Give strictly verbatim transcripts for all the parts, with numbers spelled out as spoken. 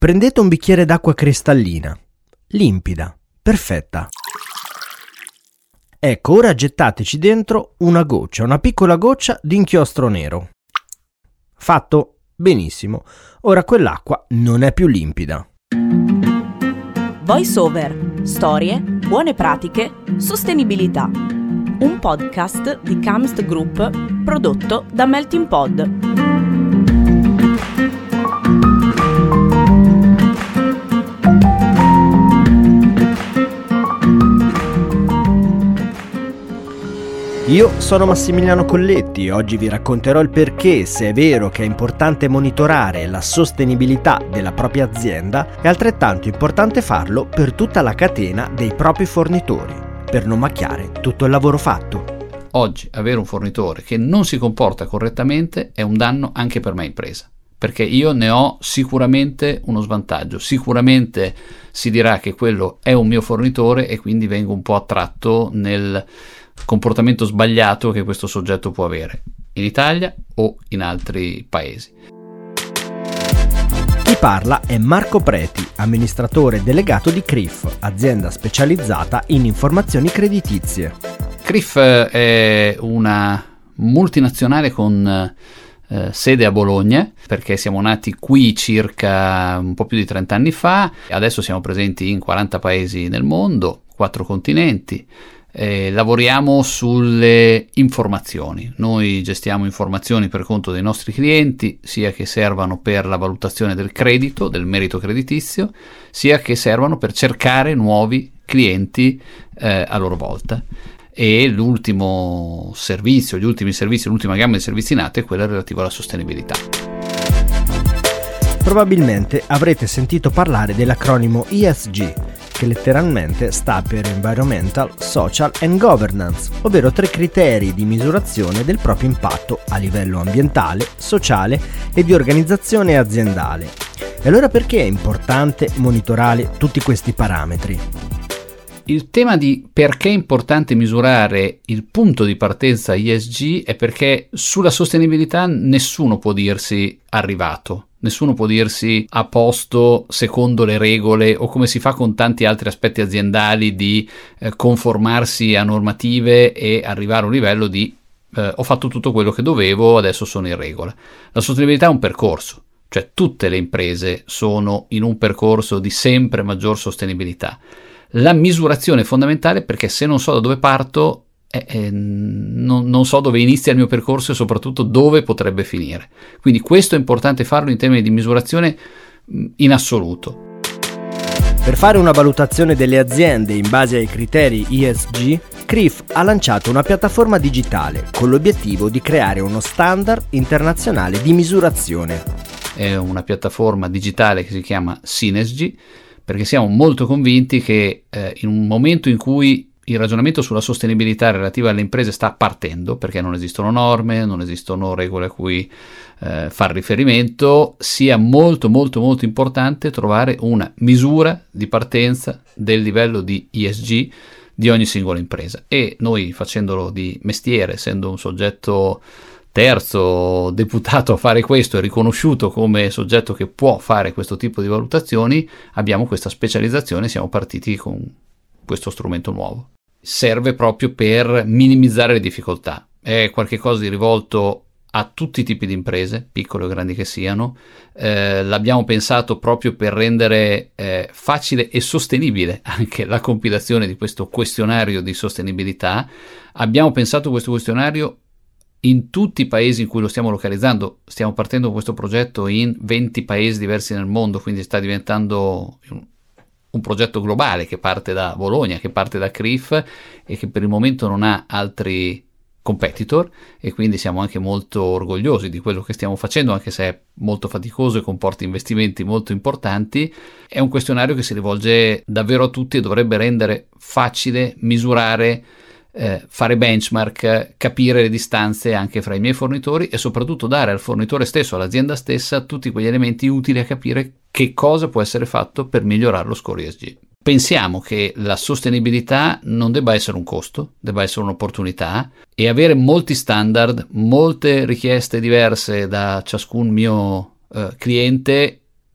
Prendete un bicchiere d'acqua cristallina, limpida, perfetta. Ecco, ora gettateci dentro una goccia, una piccola goccia di inchiostro nero. Fatto? Benissimo. Ora quell'acqua non è più limpida. Voice Over. Storie, buone pratiche, sostenibilità. Un podcast di Camst Group prodotto da Melting Pod. Io sono Massimiliano Colletti e oggi vi racconterò il perché, se è vero che è importante monitorare la sostenibilità della propria azienda, è altrettanto importante farlo per tutta la catena dei propri fornitori, per non macchiare tutto il lavoro fatto. Oggi avere un fornitore che non si comporta correttamente è un danno anche per me impresa, perché io ne ho sicuramente uno svantaggio, sicuramente si dirà che quello è un mio fornitore e quindi vengo un po' attratto nel comportamento sbagliato che questo soggetto può avere in Italia o in altri paesi. Chi parla è Marco Preti, amministratore delegato di C R I F, azienda specializzata in informazioni creditizie. C R I F è una multinazionale con eh, sede a Bologna, perché siamo nati qui circa un po' più di trenta anni fa, adesso siamo presenti in quaranta paesi nel mondo, quattro continenti. Eh, lavoriamo sulle informazioni. Noi gestiamo informazioni per conto dei nostri clienti, sia che servano per la valutazione del credito, del merito creditizio, sia che servano per cercare nuovi clienti eh, a loro volta. E l'ultimo servizio, gli ultimi servizi, l'ultima gamma di servizi nati è quella relativa alla sostenibilità. Probabilmente avrete sentito parlare dell'acronimo E S G, che letteralmente sta per Environmental, Social and Governance, ovvero tre criteri di misurazione del proprio impatto a livello ambientale, sociale e di organizzazione aziendale. E allora perché è importante monitorare tutti questi parametri? Il tema di perché è importante misurare il punto di partenza E S G è perché sulla sostenibilità nessuno può dirsi arrivato. Nessuno può dirsi a posto secondo le regole o come si fa con tanti altri aspetti aziendali di eh, conformarsi a normative e arrivare a un livello di eh, ho fatto tutto quello che dovevo, adesso sono in regola. La sostenibilità è un percorso, cioè tutte le imprese sono in un percorso di sempre maggior sostenibilità. La misurazione è fondamentale perché se non so da dove parto Eh, eh, non, non so dove inizia il mio percorso e soprattutto dove potrebbe finire. Quindi questo è importante farlo in termini di misurazione in assoluto. Per fare una valutazione delle aziende in base ai criteri E S G, C R I F ha lanciato una piattaforma digitale con l'obiettivo di creare uno standard internazionale di misurazione. È una piattaforma digitale che si chiama Synesgy, perché siamo molto convinti che eh, in un momento in cui il ragionamento sulla sostenibilità relativa alle imprese sta partendo, perché non esistono norme, non esistono regole a cui eh, far riferimento, sia molto molto molto importante trovare una misura di partenza del livello di E S G di ogni singola impresa. E noi, facendolo di mestiere, essendo un soggetto terzo deputato a fare questo e riconosciuto come soggetto che può fare questo tipo di valutazioni, abbiamo questa specializzazione, siamo partiti con questo strumento nuovo. Serve proprio per minimizzare le difficoltà, è qualcosa di rivolto a tutti i tipi di imprese, piccole o grandi che siano. Eh, l'abbiamo pensato proprio per rendere eh, facile e sostenibile anche la compilazione di questo questionario di sostenibilità. Abbiamo pensato questo questionario in tutti i paesi in cui lo stiamo localizzando. Stiamo partendo con questo progetto in venti paesi diversi nel mondo, quindi sta diventando un progetto globale che parte da Bologna, che parte da C R I F e che per il momento non ha altri competitor, e quindi siamo anche molto orgogliosi di quello che stiamo facendo, anche se è molto faticoso e comporta investimenti molto importanti. È un questionario che si rivolge davvero a tutti e dovrebbe rendere facile misurare, eh, fare benchmark, capire le distanze anche fra i miei fornitori e soprattutto dare al fornitore stesso, all'azienda stessa, tutti quegli elementi utili a capire che cosa può essere fatto per migliorare lo score E S G. Pensiamo che la sostenibilità non debba essere un costo, debba essere un'opportunità, e avere molti standard, molte richieste diverse da ciascun mio eh, cliente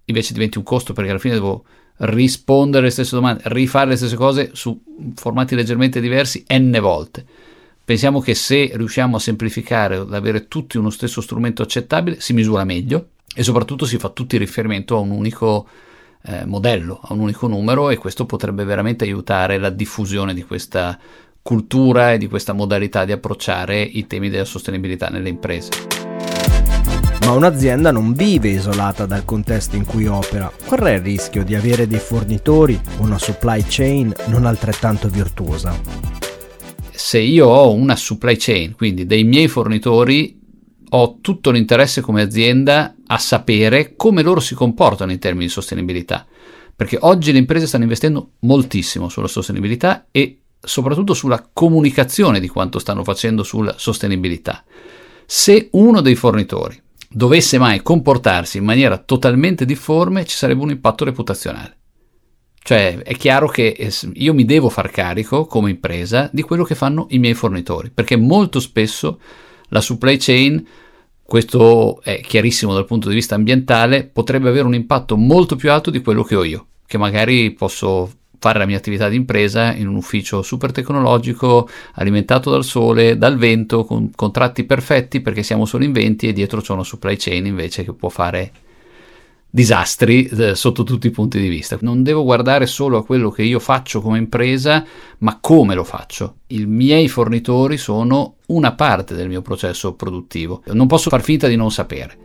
invece diventi un costo, perché alla fine devo rispondere alle stesse domande, rifare le stesse cose su formati leggermente diversi n volte. Pensiamo che se riusciamo a semplificare, ad avere tutti uno stesso strumento accettabile, si misura meglio e soprattutto si fa tutti riferimento a un unico eh, modello, a un unico numero, e questo potrebbe veramente aiutare la diffusione di questa cultura e di questa modalità di approcciare i temi della sostenibilità nelle imprese. Ma un'azienda non vive isolata dal contesto in cui opera. Qual è il rischio di avere dei fornitori o una supply chain non altrettanto virtuosa? Se io ho una supply chain, quindi dei miei fornitori, ho tutto l'interesse come azienda a sapere come loro si comportano in termini di sostenibilità, perché oggi le imprese stanno investendo moltissimo sulla sostenibilità e soprattutto sulla comunicazione di quanto stanno facendo sulla sostenibilità. Se uno dei fornitori dovesse mai comportarsi in maniera totalmente difforme, ci sarebbe un impatto reputazionale. Cioè è chiaro che io mi devo far carico come impresa di quello che fanno i miei fornitori, perché molto spesso la supply chain, questo è chiarissimo dal punto di vista ambientale, potrebbe avere un impatto molto più alto di quello che ho io, che magari posso fare la mia attività di impresa in un ufficio super tecnologico, alimentato dal sole, dal vento, con contratti perfetti perché siamo solo in venti, e dietro c'è una supply chain invece che può fare disastri eh, sotto tutti i punti di vista. Non devo guardare solo a quello che io faccio come impresa, ma come lo faccio. I miei fornitori sono una parte del mio processo produttivo. Non posso far finta di non sapere.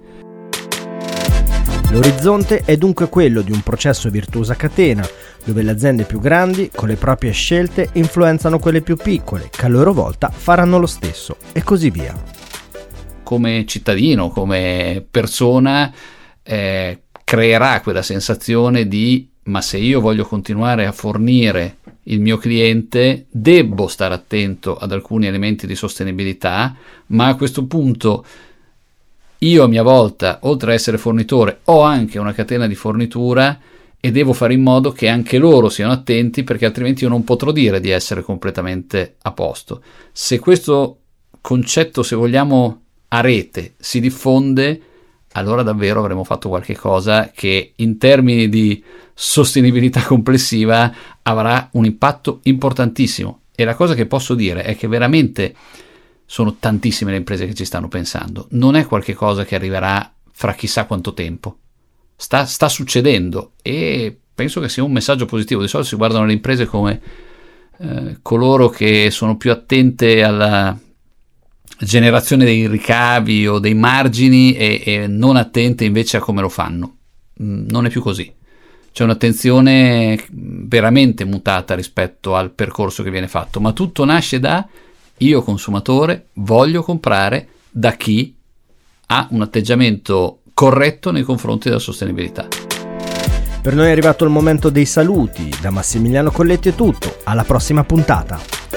L'orizzonte è dunque quello di un processo virtuoso a catena, dove le aziende più grandi, con le proprie scelte, influenzano quelle più piccole, che a loro volta faranno lo stesso, e così via. Come cittadino, come persona, eh, creerà quella sensazione di: ma se io voglio continuare a fornire il mio cliente, debbo stare attento ad alcuni elementi di sostenibilità, ma a questo punto io a mia volta, oltre a essere fornitore, ho anche una catena di fornitura e devo fare in modo che anche loro siano attenti, perché altrimenti io non potrò dire di essere completamente a posto. Se questo concetto, se vogliamo, a rete si diffonde, allora davvero avremo fatto qualche cosa che in termini di sostenibilità complessiva avrà un impatto importantissimo. E la cosa che posso dire è che veramente sono tantissime le imprese che ci stanno pensando. Non è qualche cosa che arriverà fra chissà quanto tempo. Sta, sta succedendo, e penso che sia un messaggio positivo. Di solito si guardano le imprese come eh, coloro che sono più attente alla generazione dei ricavi o dei margini e, e non attente invece a come lo fanno. Non è più così. C'è un'attenzione veramente mutata rispetto al percorso che viene fatto, ma tutto nasce da: io consumatore voglio comprare da chi ha un atteggiamento corretto nei confronti della sostenibilità. Per noi è arrivato il momento dei saluti. Da Massimiliano Colletti è tutto, alla prossima puntata.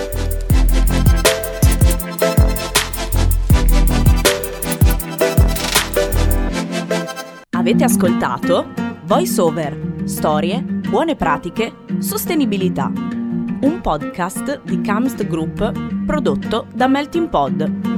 Avete ascoltato Voice Over, storie, buone pratiche, sostenibilità. Un podcast di Camst Group prodotto da Melting Pod.